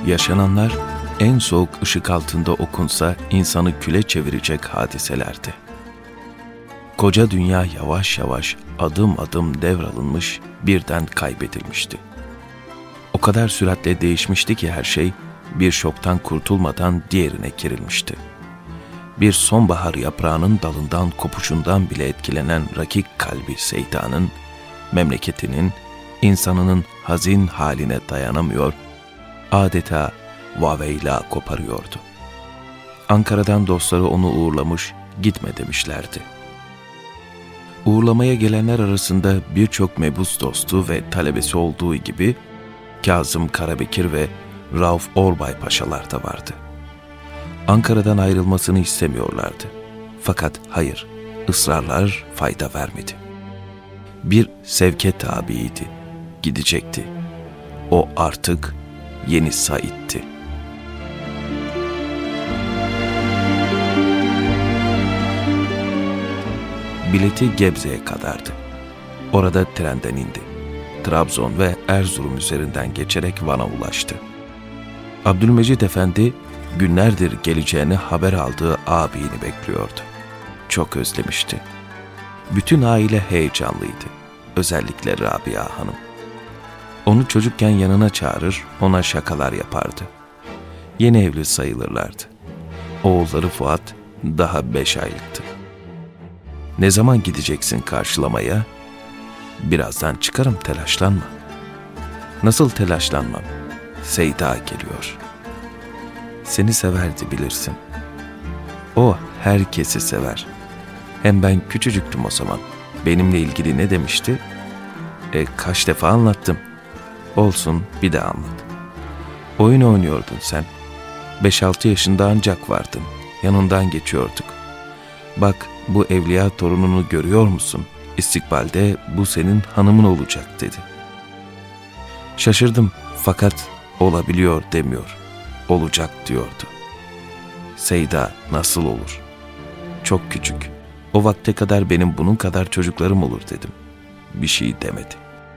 Yaşananlar en soğuk ışık altında okunsa insanı küle çevirecek hadiselerdi. Koca dünya yavaş yavaş, adım adım devralınmış, birden kaybedilmişti. O kadar süratle değişmişti ki her şey, bir şoktan kurtulmadan diğerine kerilmişti. Bir sonbahar yaprağının dalından kopuşundan bile etkilenen rakik kalbi Seyda'nın, memleketinin, insanının hazin haline dayanamıyor, adeta vaveyla koparıyordu. Ankara'dan dostları onu uğurlamış, gitme demişlerdi. Uğurlamaya gelenler arasında birçok mebus dostu ve talebesi olduğu gibi Kazım Karabekir ve Rauf Orbay paşalar da vardı. Ankara'dan ayrılmasını istemiyorlardı. Fakat hayır, ısrarlar fayda vermedi. Bir sevke tabiydi, gidecekti. O artık Yeni Said'ti. Bileti Gebze'ye kadardı. Orada trenden indi. Trabzon ve Erzurum üzerinden geçerek Van'a ulaştı. Abdülmecid Efendi günlerdir geleceğini haber aldığı ağabeyini bekliyordu. Çok özlemişti. Bütün aile heyecanlıydı. Özellikle Rabia Hanım. Onu çocukken yanına çağırır, ona şakalar yapardı. Yeni evli sayılırlardı. Oğulları Fuat daha 5 aylıktı. Ne zaman gideceksin karşılamaya? Birazdan çıkarım, telaşlanma. Nasıl telaşlanmam? Seyda geliyor. Seni severdi bilirsin. O herkesi sever. Hem ben küçücüktüm o zaman. Benimle ilgili ne demişti? Kaç defa anlattım. Olsun, bir daha anlat. Oyun oynuyordun sen. 5-6 yaşında ancak vardın. Yanından geçiyorduk. Bak, bu evliya torununu görüyor musun? İstikbalde bu senin hanımın olacak dedi. Şaşırdım fakat olabiliyor demiyor. Olacak diyordu. Seyda nasıl olur? Çok küçük. O vakte kadar benim bunun kadar çocuklarım olur dedim. Bir şey demedi.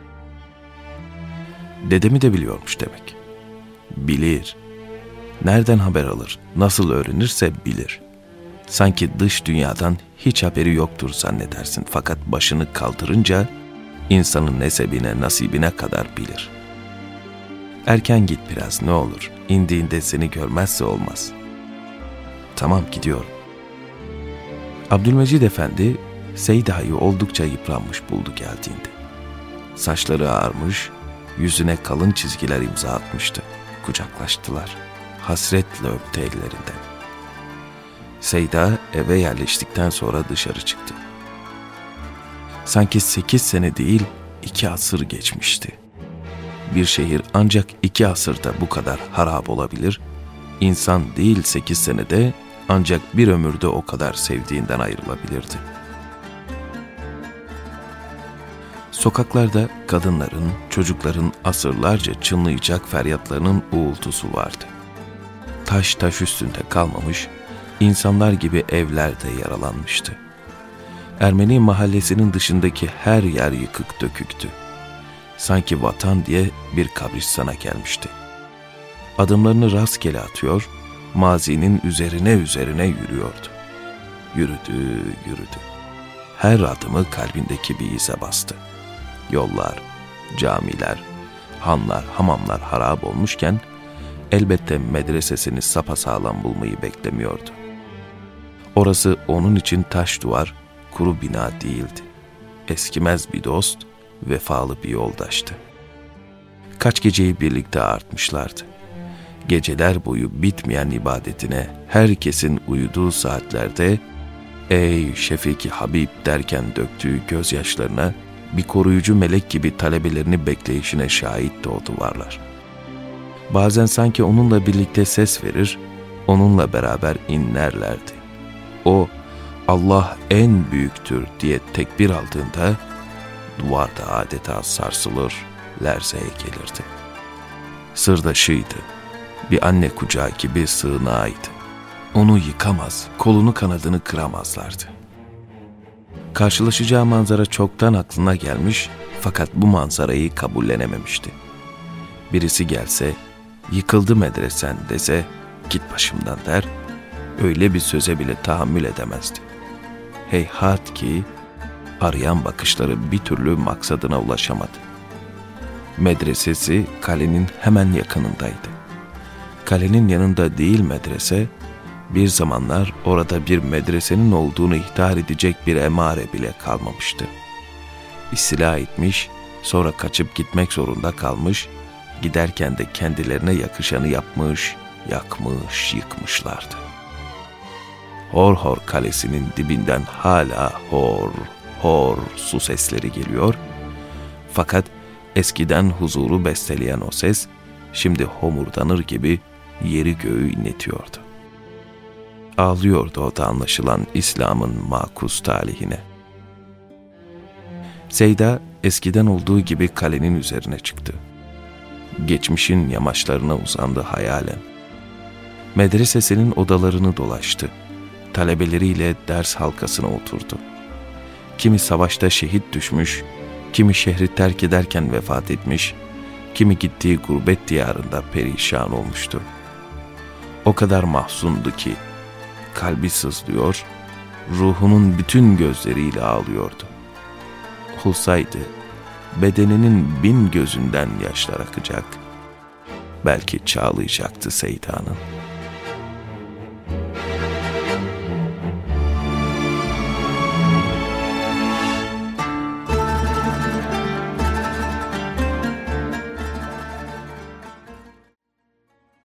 Dedemi de biliyormuş demek. Bilir. Nereden haber alır, nasıl öğrenirse bilir. Sanki dış dünyadan hiç haberi yoktur zannedersin. Fakat başını kaldırınca insanın nesebine, nasibine kadar bilir. Erken git biraz ne olur. İndiğinde seni görmezse olmaz. Tamam, gidiyorum. Abdülmecid Efendi Seyda'yı oldukça yıpranmış buldu geldiğinde. Saçları ağarmış, yüzüne kalın çizgiler imza atmıştı. Kucaklaştılar. Hasretle öptü ellerinden. Seyda eve yerleştikten sonra dışarı çıktı. Sanki 8 sene değil 2 asır geçmişti. Bir şehir ancak 2 asırda bu kadar harap olabilir, İnsan değil 8 senede ancak bir ömürde o kadar sevdiğinden ayrılabilirdi. Sokaklarda kadınların, çocukların asırlarca çınlayacak feryatlarının uğultusu vardı. Taş taş üstünde kalmamış, İnsanlar gibi evler de yaralanmıştı. Ermeni mahallesinin dışındaki her yer yıkık döküktü. Sanki vatan diye bir kabristana gelmişti. Adımlarını rastgele atıyor, mazinin üzerine yürüyordu. Yürüdü. Her adımı kalbindeki bir ize bastı. Yollar, camiler, hanlar, hamamlar harap olmuşken, elbette medresesini sapasağlam bulmayı beklemiyordu. Orası onun için taş duvar, kuru bina değildi. Eskimez bir dost, vefalı bir yoldaştı. Kaç geceyi birlikte artmışlardı. Geceler boyu bitmeyen ibadetine herkesin uyuduğu saatlerde "Ey Şefik-i Habib" derken döktüğü gözyaşlarına bir koruyucu melek gibi talebelerini bekleyişine şahit o duvarlar. Bazen sanki onunla birlikte ses verir, onunla beraber inlerlerdi. O, Allah en büyüktür diye tekbir aldığında, duvar da adeta sarsılır, lerzeye gelirdi. Sırdaşıydı, bir anne kucağı gibi sığınağıydı. Onu yıkamaz, kolunu kanadını kıramazlardı. Karşılaşacağı manzara çoktan aklına gelmiş, fakat bu manzarayı kabullenememişti. Birisi gelse, yıkıldı medresen dese, git başımdan der, öyle bir söze bile tahammül edemezdi. Heyhat ki, arayan bakışları bir türlü maksadına ulaşamadı. Medresesi kalenin hemen yakınındaydı. Kalenin yanında değil medrese, bir zamanlar orada bir medresenin olduğunu ihtar edecek bir emare bile kalmamıştı. İstila etmiş, sonra kaçıp gitmek zorunda kalmış, giderken de kendilerine yakışanı yapmış, yakmış, yıkmışlardı. Hor Hor Kalesi'nin dibinden hala hor, hor su sesleri geliyor, fakat eskiden huzuru besteleyen o ses, şimdi homurdanır gibi yeri göğü inletiyordu. Ağlıyordu o da anlaşılan İslam'ın makus talihine. Seyda eskiden olduğu gibi kalenin üzerine çıktı. Geçmişin yamaçlarına uzandı hayalen. Medresesinin odalarını dolaştı. Talebeleriyle ders halkasına oturdu. Kimi savaşta şehit düşmüş, kimi şehri terk ederken vefat etmiş, kimi gittiği gurbet diyarında perişan olmuştu. O kadar mahzundu ki, kalbi sızlıyor, ruhunun bütün gözleriyle ağlıyordu. Olsaydı, bedeninin 1000 gözünden yaşlar akacak, belki çağlayacaktı Seyda'nın.